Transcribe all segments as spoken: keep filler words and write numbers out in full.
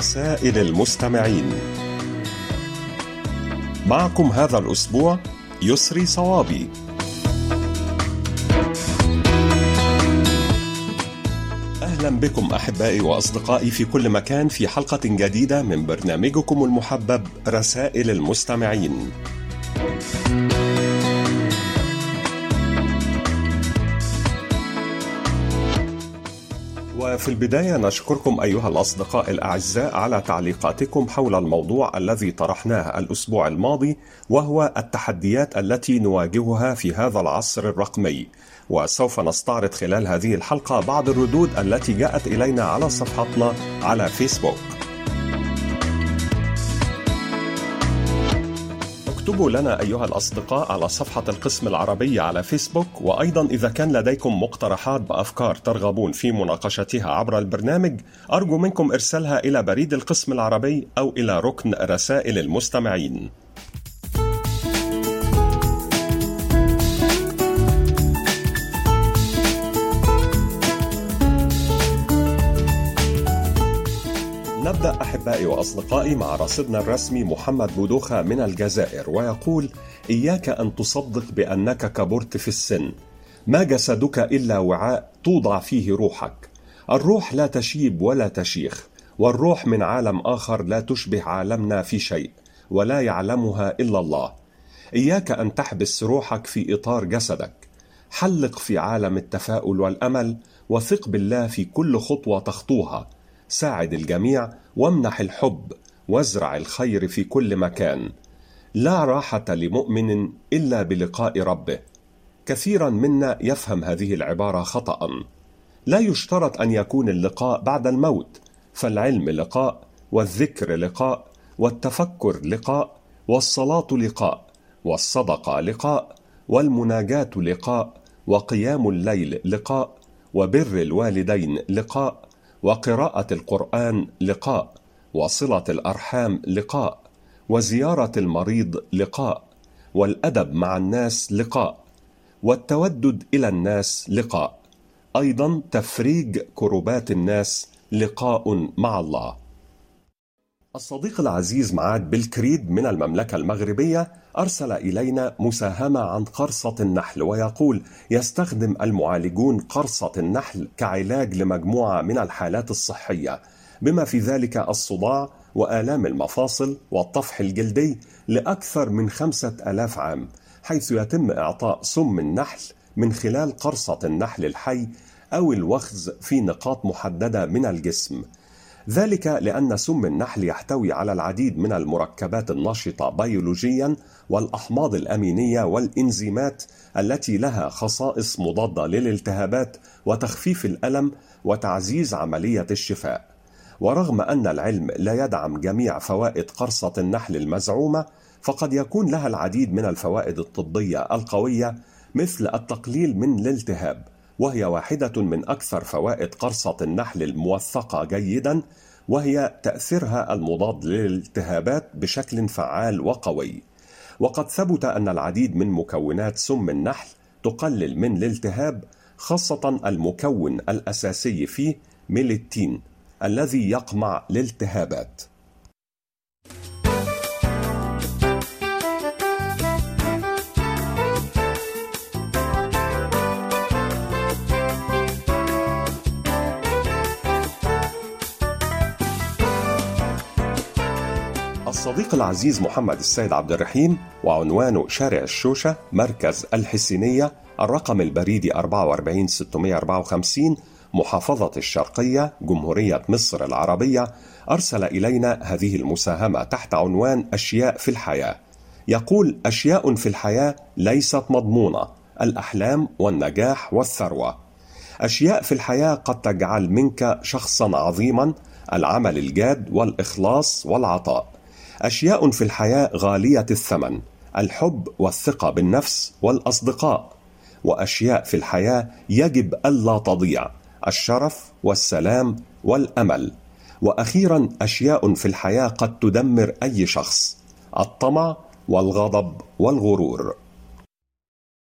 رسائل المستمعين. معكم هذا الأسبوع يسري صوابي. أهلا بكم أحبائي وأصدقائي في كل مكان في حلقة جديدة من برنامجكم المحبب رسائل المستمعين. وفي البداية نشكركم أيها الأصدقاء الأعزاء على تعليقاتكم حول الموضوع الذي طرحناه الأسبوع الماضي، وهو التحديات التي نواجهها في هذا العصر الرقمي. وسوف نستعرض خلال هذه الحلقة بعض الردود التي جاءت إلينا على صفحتنا على فيسبوك. اكتبوا لنا أيها الأصدقاء على صفحة القسم العربي على فيسبوك، وأيضا إذا كان لديكم مقترحات بأفكار ترغبون في مناقشتها عبر البرنامج، أرجو منكم إرسالها إلى بريد القسم العربي أو إلى ركن رسائل المستمعين. نبدأ أحبائي وأصدقائي مع رصيدنا الرسمي محمد بودوخة من الجزائر، ويقول: إياك أن تصدق بأنك كبرت في السن، ما جسدك إلا وعاء توضع فيه روحك، الروح لا تشيب ولا تشيخ، والروح من عالم آخر لا تشبه عالمنا في شيء، ولا يعلمها إلا الله. إياك أن تحبس روحك في إطار جسدك، حلق في عالم التفاؤل والأمل، وثق بالله في كل خطوة تخطوها، ساعد الجميع وامنح الحب، وازرع الخير في كل مكان. لا راحة لمؤمن إلا بلقاء ربه. كثيرا منا يفهم هذه العبارة خطأ. لا يشترط أن يكون اللقاء بعد الموت، فالعلم لقاء، والذكر لقاء، والتفكر لقاء، والصلاة لقاء، والصدقة لقاء، والمناجاة لقاء، وقيام الليل لقاء، وبر الوالدين لقاء، وقراءة القرآن لقاء، وصلة الأرحام لقاء، وزيارة المريض لقاء، والأدب مع الناس لقاء، والتودد إلى الناس لقاء، أيضا تفريج كربات الناس لقاء مع الله. الصديق العزيز معاد بالكريد من المملكة المغربية أرسل إلينا مساهمة عن قرصة النحل، ويقول: يستخدم المعالجون قرصة النحل كعلاج لمجموعة من الحالات الصحية، بما في ذلك الصداع وآلام المفاصل والطفح الجلدي لأكثر من خمسة آلاف عام، حيث يتم إعطاء سم النحل من خلال قرصة النحل الحي أو الوخز في نقاط محددة من الجسم. ذلك لأن سم النحل يحتوي على العديد من المركبات النشطة بيولوجيا والأحماض الأمينية والإنزيمات التي لها خصائص مضادة للالتهابات وتخفيف الألم وتعزيز عملية الشفاء. ورغم أن العلم لا يدعم جميع فوائد قرصة النحل المزعومة، فقد يكون لها العديد من الفوائد الطبية القوية، مثل التقليل من الالتهاب، وهي واحدة من أكثر فوائد قرصة النحل الموثقة جيدا، وهي تأثيرها المضاد للالتهابات بشكل فعال وقوي. وقد ثبت أن العديد من مكونات سم النحل تقلل من الالتهاب، خاصة المكون الأساسي فيه ميليتين الذي يقمع الالتهابات. الصديق العزيز محمد السيد عبد الرحيم، وعنوانه شارع الشوشة، مركز الحسينية، الرقم البريدي أربعة وأربعين ستمائة وأربعة وخمسين، محافظة الشرقية، جمهورية مصر العربية، أرسل إلينا هذه المساهمة تحت عنوان أشياء في الحياة. يقول: أشياء في الحياة ليست مضمونة، الأحلام والنجاح والثروة. أشياء في الحياة قد تجعل منك شخصا عظيما، العمل الجاد والإخلاص والعطاء. أشياء في الحياة غالية الثمن، الحب والثقة بالنفس والأصدقاء. وأشياء في الحياة يجب ألا تضيع، الشرف والسلام والأمل. وأخيرا أشياء في الحياة قد تدمر أي شخص، الطمع والغضب والغرور.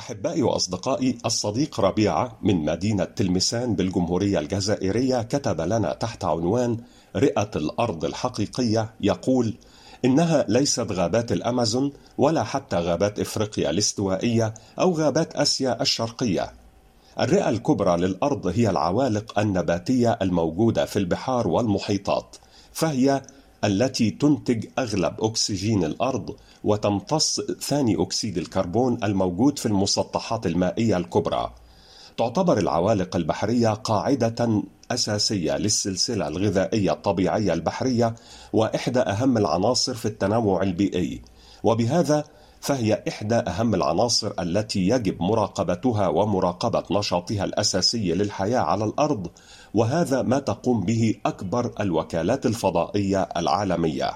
أحبائي وأصدقائي، الصديق ربيعة من مدينة تلمسان بالجمهورية الجزائرية كتب لنا تحت عنوان رئة الأرض الحقيقية، يقول: إنها ليست غابات الأمازون ولا حتى غابات إفريقيا الاستوائية أو غابات آسيا الشرقية. الرئة الكبرى للأرض هي العوالق النباتية الموجودة في البحار والمحيطات، فهي التي تنتج أغلب أكسجين الأرض وتمتص ثاني أكسيد الكربون الموجود في المسطحات المائية الكبرى. تعتبر العوالق البحرية قاعدة أساسية للسلسلة الغذائية الطبيعية البحرية، وإحدى أهم العناصر في التنوع البيئي، وبهذا فهي إحدى أهم العناصر التي يجب مراقبتها ومراقبة نشاطها الأساسي للحياة على الأرض، وهذا ما تقوم به أكبر الوكالات الفضائية العالمية.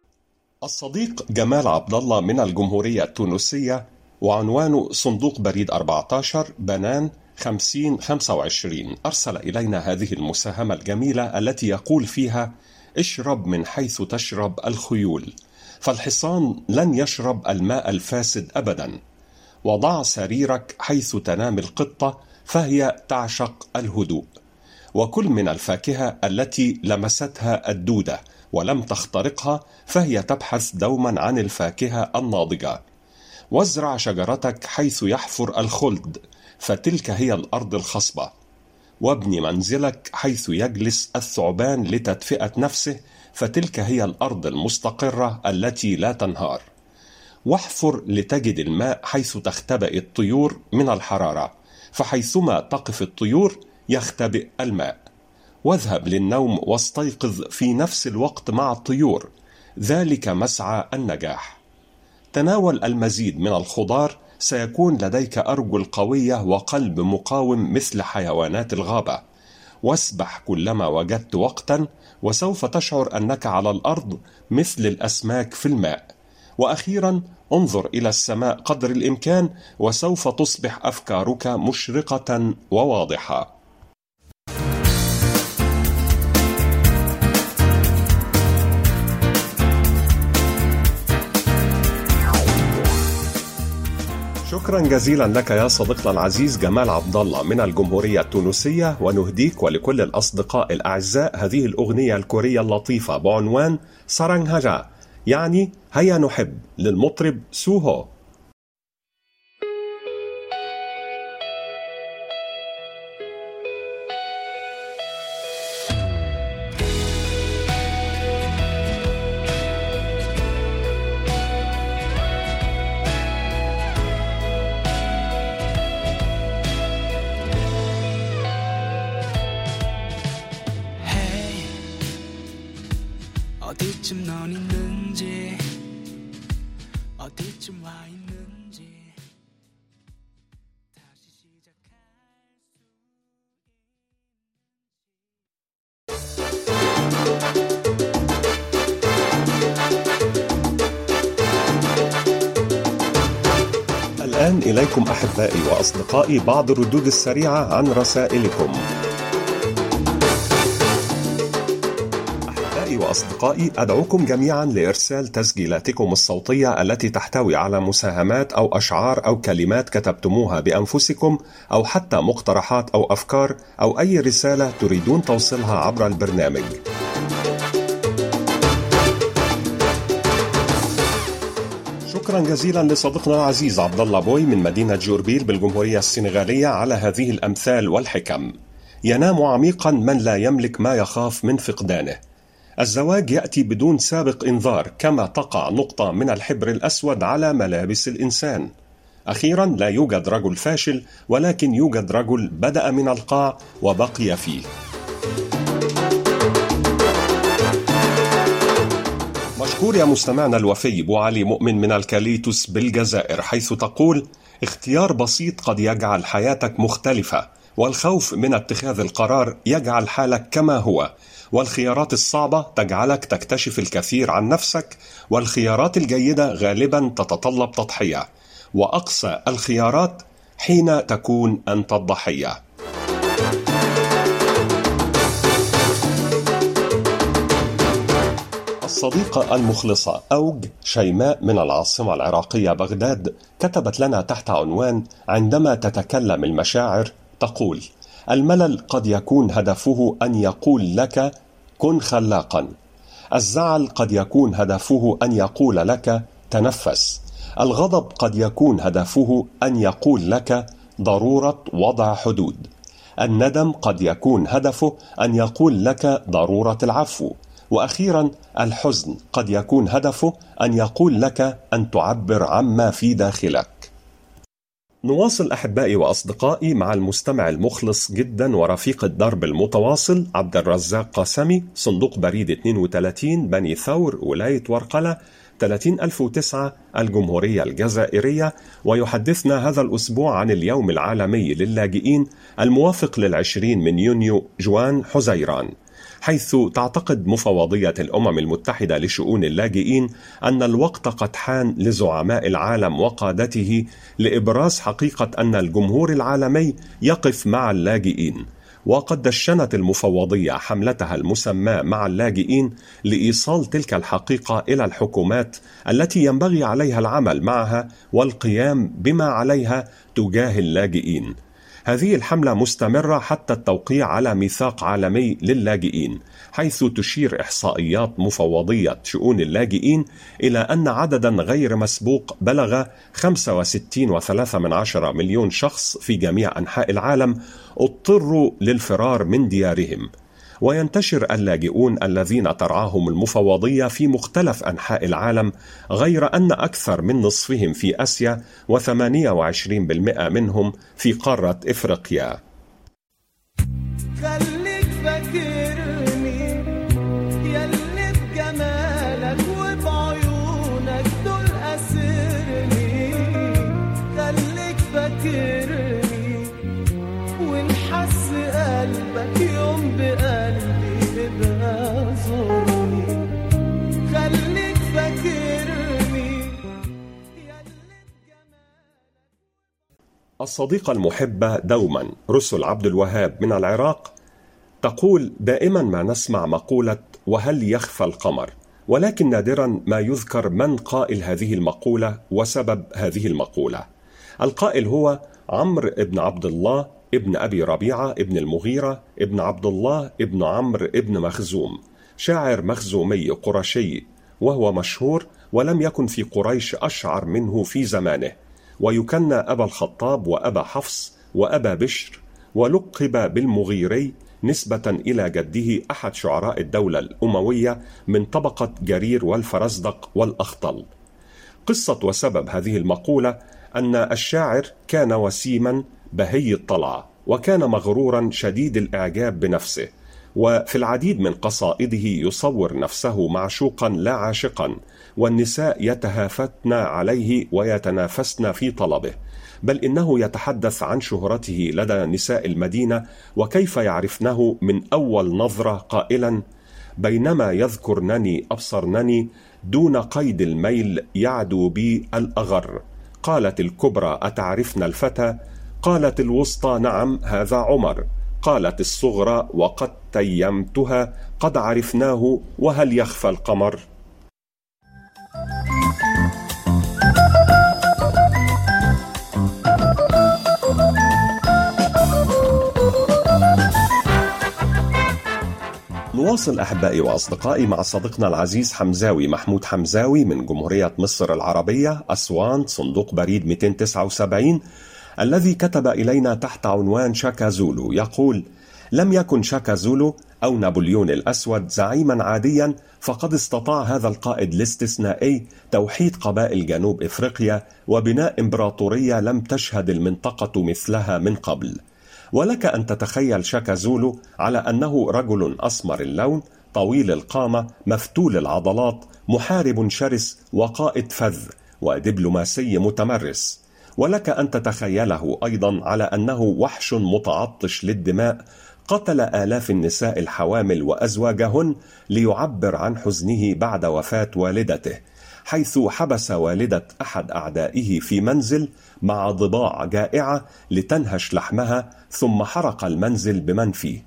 الصديق جمال عبد الله من الجمهورية التونسية، وعنوانه صندوق بريد أربعة عشر بنان خمسين خمسة وعشرين، أرسل إلينا هذه المساهمة الجميلة التي يقول فيها: اشرب من حيث تشرب الخيول، فالحصان لن يشرب الماء الفاسد أبدا. وضع سريرك حيث تنام القطة، فهي تعشق الهدوء. وكل من الفاكهة التي لمستها الدودة ولم تخترقها، فهي تبحث دوما عن الفاكهة الناضجة. وازرع شجرتك حيث يحفر الخلد، فتلك هي الأرض الخصبة. وابني منزلك حيث يجلس الثعبان لتدفئة نفسه، فتلك هي الأرض المستقرة التي لا تنهار. واحفر لتجد الماء حيث تختبئ الطيور من الحرارة، فحيثما تقف الطيور يختبئ الماء. واذهب للنوم واستيقظ في نفس الوقت مع الطيور، ذلك مسعى النجاح. تناول المزيد من الخضار، سيكون لديك أرجل قوية وقلب مقاوم مثل حيوانات الغابة. واسبح كلما وجدت وقتا، وسوف تشعر أنك على الأرض مثل الأسماك في الماء. وأخيرا انظر إلى السماء قدر الإمكان، وسوف تصبح أفكارك مشرقة وواضحة. شكرا جزيلا لك يا صديقنا العزيز جمال عبد الله من الجمهورية التونسية، ونهديك ولكل الأصدقاء الأعزاء هذه الأغنية الكورية اللطيفة بعنوان سارانهاجا، يعني هيا نحب، للمطرب سوهو. 어디쯤 넌 있는지 어디쯤 와 있는지 다시 시작할 수 الآن إليكم أحبائي وأصدقائي بعض الردود السريعة عن رسائلكم. وأصدقائي، أدعوكم جميعا لإرسال تسجيلاتكم الصوتية التي تحتوي على مساهمات أو أشعار أو كلمات كتبتموها بأنفسكم، أو حتى مقترحات أو أفكار أو أي رسالة تريدون توصيلها عبر البرنامج. شكرا جزيلا لصديقنا العزيز عبد الله بوي من مدينة جوربيل بالجمهورية السنغالية على هذه الأمثال والحكم. ينام عميقا من لا يملك ما يخاف من فقدانه. الزواج يأتي بدون سابق إنذار، كما تقع نقطة من الحبر الأسود على ملابس الإنسان. أخيرا، لا يوجد رجل فاشل، ولكن يوجد رجل بدأ من القاع وبقي فيه. مشكور يا مستمعنا الوفي بو علي مؤمن من الكاليتوس بالجزائر، حيث تقول: اختيار بسيط قد يجعل حياتك مختلفة، والخوف من اتخاذ القرار يجعل حالك كما هو، والخيارات الصعبة تجعلك تكتشف الكثير عن نفسك، والخيارات الجيدة غالبا تتطلب تضحية، وأقصى الخيارات حين تكون أنت الضحية. الصديقة المخلصة أوج شيماء من العاصمة العراقية بغداد كتبت لنا تحت عنوان: عندما تتكلم المشاعر تقول: الملل قد يكون هدفه أن يقول لك كن خلاقا. الزعل قد يكون هدفه أن يقول لك تنفس. الغضب قد يكون هدفه أن يقول لك ضرورة وضع حدود. الندم قد يكون هدفه أن يقول لك ضرورة العفو. وأخيرا الحزن قد يكون هدفه أن يقول لك أن تعبر عما في داخلك. نواصل أحبائي وأصدقائي مع المستمع المخلص جدا ورفيق الدرب المتواصل عبد الرزاق قاسمي، صندوق بريد اثنين وثلاثين بني ثور، ولاية ورقلة، ثلاثين ألف وتسعة، الجمهورية الجزائرية، ويحدثنا هذا الأسبوع عن اليوم العالمي للاجئين الموافق للعشرين من يونيو جوان حزيران، حيث تعتقد مفوضية الأمم المتحدة لشؤون اللاجئين أن الوقت قد حان لزعماء العالم وقادته لإبراز حقيقة أن الجمهور العالمي يقف مع اللاجئين. وقد دشنت المفوضية حملتها المسماة مع اللاجئين لإيصال تلك الحقيقة إلى الحكومات التي ينبغي عليها العمل معها والقيام بما عليها تجاه اللاجئين. هذه الحملة مستمرة حتى التوقيع على ميثاق عالمي للاجئين، حيث تشير إحصائيات مفوضية شؤون اللاجئين إلى أن عددا غير مسبوق بلغ خمسة وستين فاصلة ثلاثة مليون شخص في جميع أنحاء العالم اضطروا للفرار من ديارهم. وينتشر اللاجئون الذين ترعاهم المفوضية في مختلف أنحاء العالم، غير أن أكثر من نصفهم في آسيا وثمانية وعشرين بالمئة منهم في قارة إفريقيا. خليك فاكرني يلي بجمالك وبعيونك دول أسرني، خليك فاكرني ونحس قلبك يوم بقلبي ابقى زورني، خليك فاكرني يلي بجمالك. الصديقة المحبة دوما رسل عبد الوهاب من العراق تقول: دائما ما نسمع مقولة وهل يخفى القمر، ولكن نادرا ما يذكر من قائل هذه المقولة وسبب هذه المقولة. القائل هو عمرو ابن عبد الله ابن أبي ربيعة ابن المغيرة ابن عبد الله ابن عمرو ابن مخزوم، شاعر مخزومي قرشي، وهو مشهور ولم يكن في قريش أشعر منه في زمانه، ويكنى أبا الخطاب وأبا حفص وأبا بشر، ولقب بالمغيري نسبة إلى جده أحد شعراء الدولة الأموية من طبقة جرير والفرزدق والأخطل. قصة وسبب هذه المقولة أن الشاعر كان وسيما بهي الطلعة، وكان مغرورا شديد الإعجاب بنفسه، وفي العديد من قصائده يصور نفسه معشوقا لا عاشقا، والنساء يتهافتن عليه ويتنافسن في طلبه، بل إنه يتحدث عن شهرته لدى نساء المدينة وكيف يعرفنه من أول نظرة قائلا: بينما يذكرنني أبصرنني دون قيد الميل يعدو بي الأغر، قالت الكبرى أتعرفن الفتى، قالت الوسطى نعم هذا عمر، قالت الصغرى وقد تيمتها قد عرفناه وهل يخفى القمر. نواصل أحبائي وأصدقائي مع صديقنا العزيز حمزاوي محمود حمزاوي من جمهورية مصر العربية أسوان، صندوق بريد مئتين وتسعة وسبعين، الذي كتب إلينا تحت عنوان شاكا زولو. يقول: لم يكن شاكا زولو أو نابليون الأسود زعيما عاديا، فقد استطاع هذا القائد الاستثنائي توحيد قبائل جنوب إفريقيا وبناء إمبراطورية لم تشهد المنطقة مثلها من قبل. ولك أن تتخيل شاكا زولو على أنه رجل أسمر اللون، طويل القامة، مفتول العضلات، محارب شرس وقائد فذ ودبلوماسي متمرس. ولك أن تتخيله أيضا على أنه وحش متعطش للدماء، قتل آلاف النساء الحوامل وأزواجهن ليعبر عن حزنه بعد وفاة والدته، حيث حبس والدة أحد أعدائه في منزل مع ضباع جائعة لتنهش لحمها، ثم حرق المنزل بمن فيه.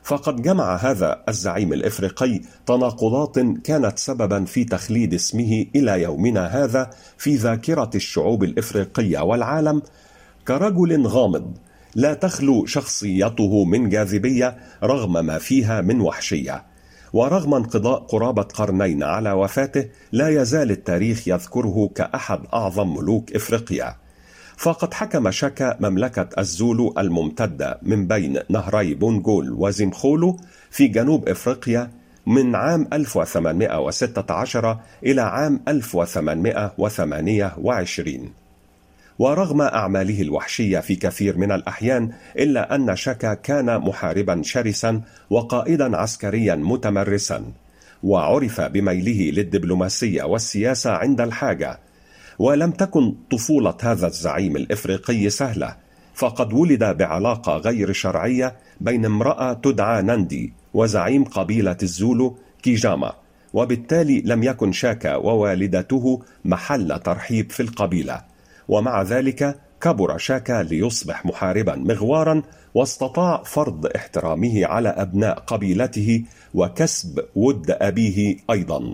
فقد جمع هذا الزعيم الإفريقي تناقضات كانت سببا في تخليد اسمه إلى يومنا هذا في ذاكرة الشعوب الإفريقية والعالم كرجل غامض لا تخلو شخصيته من جاذبية رغم ما فيها من وحشية. ورغم انقضاء قرابة قرنين على وفاته لا يزال التاريخ يذكره كأحد أعظم ملوك إفريقيا. فقد حكم شاكا مملكة الزولو الممتدة من بين نهري بونغول وزيمخولو في جنوب إفريقيا من عام ألف وثمانمائة وستة عشر إلى عام ألف وثمانمائة وثمانية وعشرين. ورغم أعماله الوحشية في كثير من الأحيان إلا أن شاكا كان محاربا شرسا وقائدا عسكريا متمرسا، وعرف بميله للدبلوماسية والسياسة عند الحاجة. ولم تكن طفولة هذا الزعيم الإفريقي سهلة، فقد ولد بعلاقة غير شرعية بين امرأة تدعى ناندي وزعيم قبيلة الزولو كيجاما، وبالتالي لم يكن شاكا ووالدته محل ترحيب في القبيلة. ومع ذلك كبر شاكا ليصبح محاربا مغوارا، واستطاع فرض احترامه على أبناء قبيلته وكسب ود أبيه أيضا.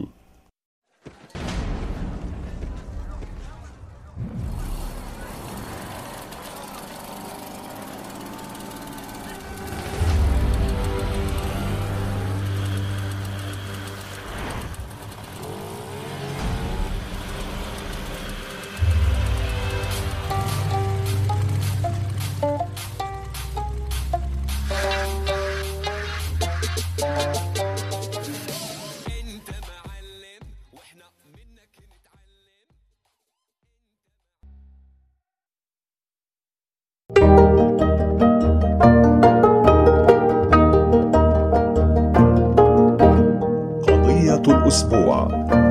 الأسبوع.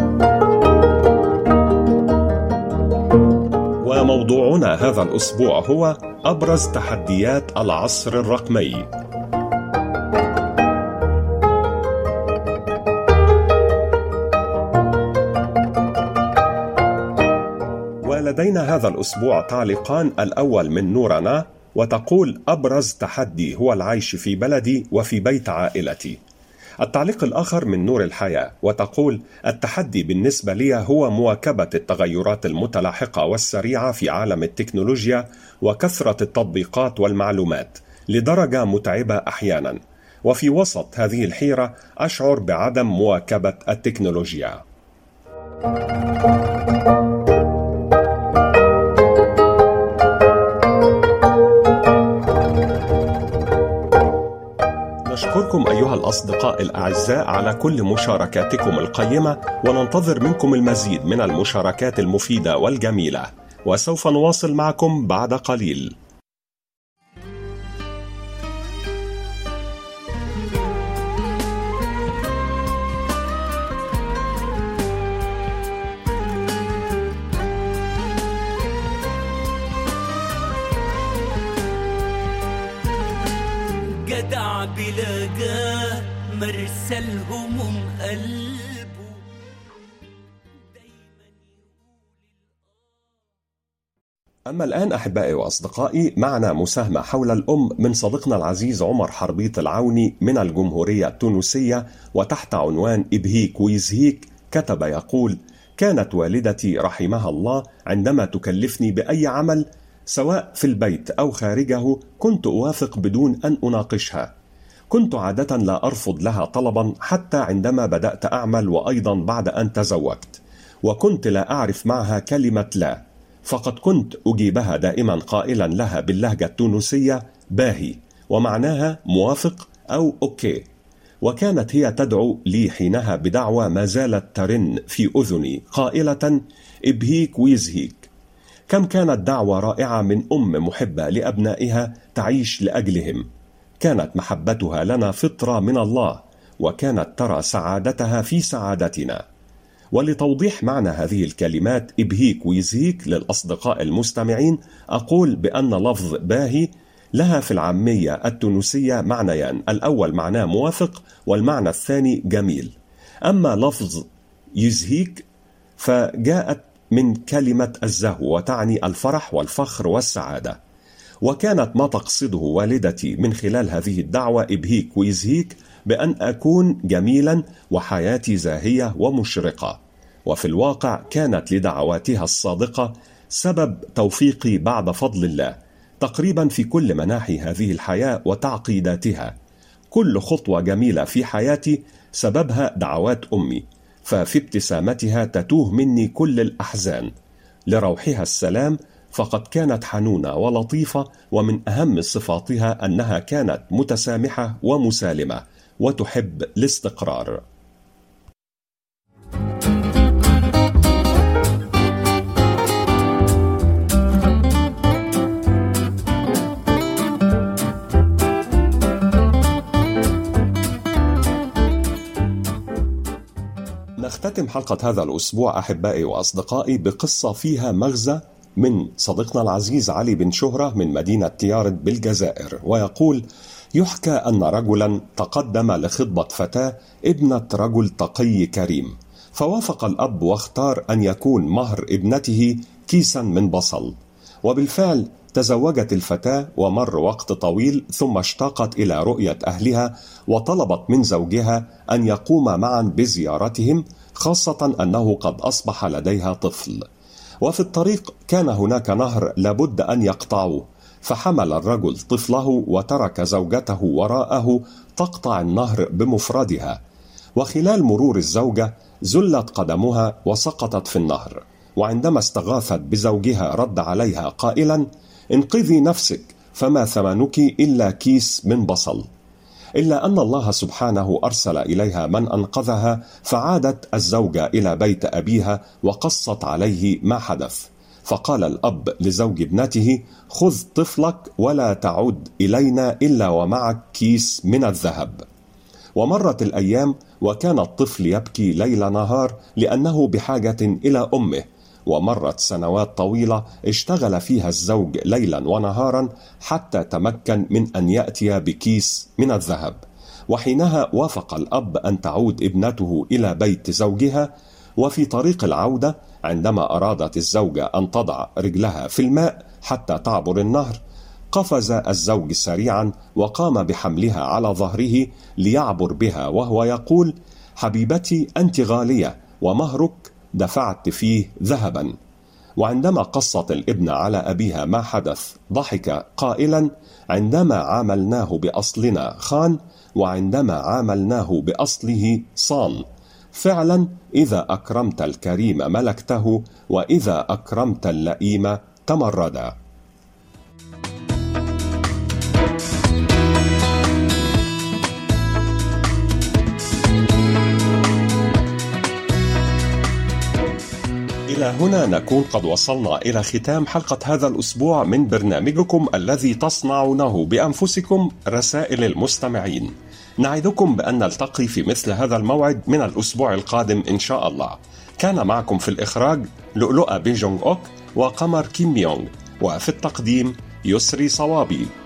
وموضوعنا هذا الأسبوع هو أبرز تحديات العصر الرقمي. ولدينا هذا الأسبوع تعليقان، الأول من نورنا وتقول: أبرز تحدي هو العيش في بلدي وفي بيت عائلتي. التعليق الآخر من نور الحياة وتقول: التحدي بالنسبة لي هو مواكبة التغيرات المتلاحقة والسريعة في عالم التكنولوجيا وكثرة التطبيقات والمعلومات لدرجة متعبة أحيانا، وفي وسط هذه الحيرة أشعر بعدم مواكبة التكنولوجيا. نشكركم أيها الأصدقاء الأعزاء على كل مشاركاتكم القيمة، وننتظر منكم المزيد من المشاركات المفيدة والجميلة، وسوف نواصل معكم بعد قليل. جدع بلاقاه مرسى الهموم قلبه دايما يقول. أما الآن أحبائي وأصدقائي، معنا مساهمة حول الأم من صديقنا العزيز عمر حربيط العوني من الجمهورية التونسية، وتحت عنوان إبهيك ويزهيك كتب يقول: كانت والدتي رحمها الله عندما تكلفني بأي عمل سواء في البيت أو خارجه كنت أوافق بدون أن أناقشها. كنت عادة لا أرفض لها طلبا حتى عندما بدأت أعمل، وأيضا بعد أن تزوجت، وكنت لا أعرف معها كلمة لا، فقد كنت أجيبها دائما قائلا لها باللهجة التونسية باهي، ومعناها موافق أو أوكي. وكانت هي تدعو لي حينها بدعوة ما زالت ترن في أذني قائلة: إبهيك ويزهيك. كم كانت دعوة رائعة من أم محبة لأبنائها تعيش لأجلهم. كانت محبتها لنا فطرة من الله، وكانت ترى سعادتها في سعادتنا. ولتوضيح معنى هذه الكلمات إبهيك ويزهيك للأصدقاء المستمعين، أقول بأن لفظ باهي لها في العامية التونسية معنيان: الأول معناه موافق، والمعنى الثاني جميل. أما لفظ يزهيك فجاءت من كلمة الزهو، وتعني الفرح والفخر والسعادة. وكانت ما تقصده والدتي من خلال هذه الدعوة إبهيك ويزهيك بأن أكون جميلا وحياتي زاهية ومشرقة. وفي الواقع كانت لدعواتها الصادقة سبب توفيقي بعد فضل الله تقريبا في كل مناحي هذه الحياة وتعقيداتها. كل خطوة جميلة في حياتي سببها دعوات أمي، ففي ابتسامتها تتوه مني كل الأحزان. لروحها السلام، فقد كانت حنونة ولطيفة، ومن أهم صفاتها أنها كانت متسامحة ومسالمة وتحب الاستقرار. نختتم حلقة هذا الأسبوع أحبائي وأصدقائي بقصة فيها مغزى من صديقنا العزيز علي بن شهرة من مدينة تيارد بالجزائر، ويقول: يحكى أن رجلا تقدم لخطبة فتاة ابنة رجل تقي كريم، فوافق الأب واختار أن يكون مهر ابنته كيسا من بصل. وبالفعل تزوجت الفتاة، ومر وقت طويل ثم اشتاقت إلى رؤية أهلها، وطلبت من زوجها أن يقوم معا بزيارتهم، خاصة أنه قد أصبح لديها طفل. وفي الطريق كان هناك نهر لابد أن يقطعوه، فحمل الرجل طفله وترك زوجته وراءه تقطع النهر بمفردها. وخلال مرور الزوجة زلت قدمها وسقطت في النهر، وعندما استغاثت بزوجها رد عليها قائلا: انقذي نفسك، فما ثمنك إلا كيس من بصل. إلا أن الله سبحانه أرسل إليها من أنقذها، فعادت الزوجة إلى بيت أبيها وقصت عليه ما حدث. فقال الأب لزوج ابنته: خذ طفلك ولا تعد إلينا إلا ومعك كيس من الذهب. ومرت الأيام، وكان الطفل يبكي ليل نهار لأنه بحاجة إلى أمه. ومرت سنوات طويلة اشتغل فيها الزوج ليلا ونهارا حتى تمكن من أن يأتي بكيس من الذهب. وحينها وافق الأب أن تعود ابنته إلى بيت زوجها. وفي طريق العودة، عندما أرادت الزوجة أن تضع رجلها في الماء حتى تعبر النهر، قفز الزوج سريعا وقام بحملها على ظهره ليعبر بها، وهو يقول: حبيبتي أنت غالية، ومهرك دفعت فيه ذهبا. وعندما قصت الابنة على أبيها ما حدث، ضحك قائلا: عندما عاملناه بأصلنا خان، وعندما عاملناه بأصله صان. فعلا إذا أكرمت الكريم ملكته، وإذا أكرمت اللئيم تمردا. إلى هنا نكون قد وصلنا إلى ختام حلقة هذا الأسبوع من برنامجكم الذي تصنعونه بأنفسكم، رسائل المستمعين. نعدكم بأن نلتقي في مثل هذا الموعد من الأسبوع القادم إن شاء الله. كان معكم في الإخراج لؤلؤة بيجونغ أوك وقمر كيم بيونغ، وفي التقديم يسري صوابي.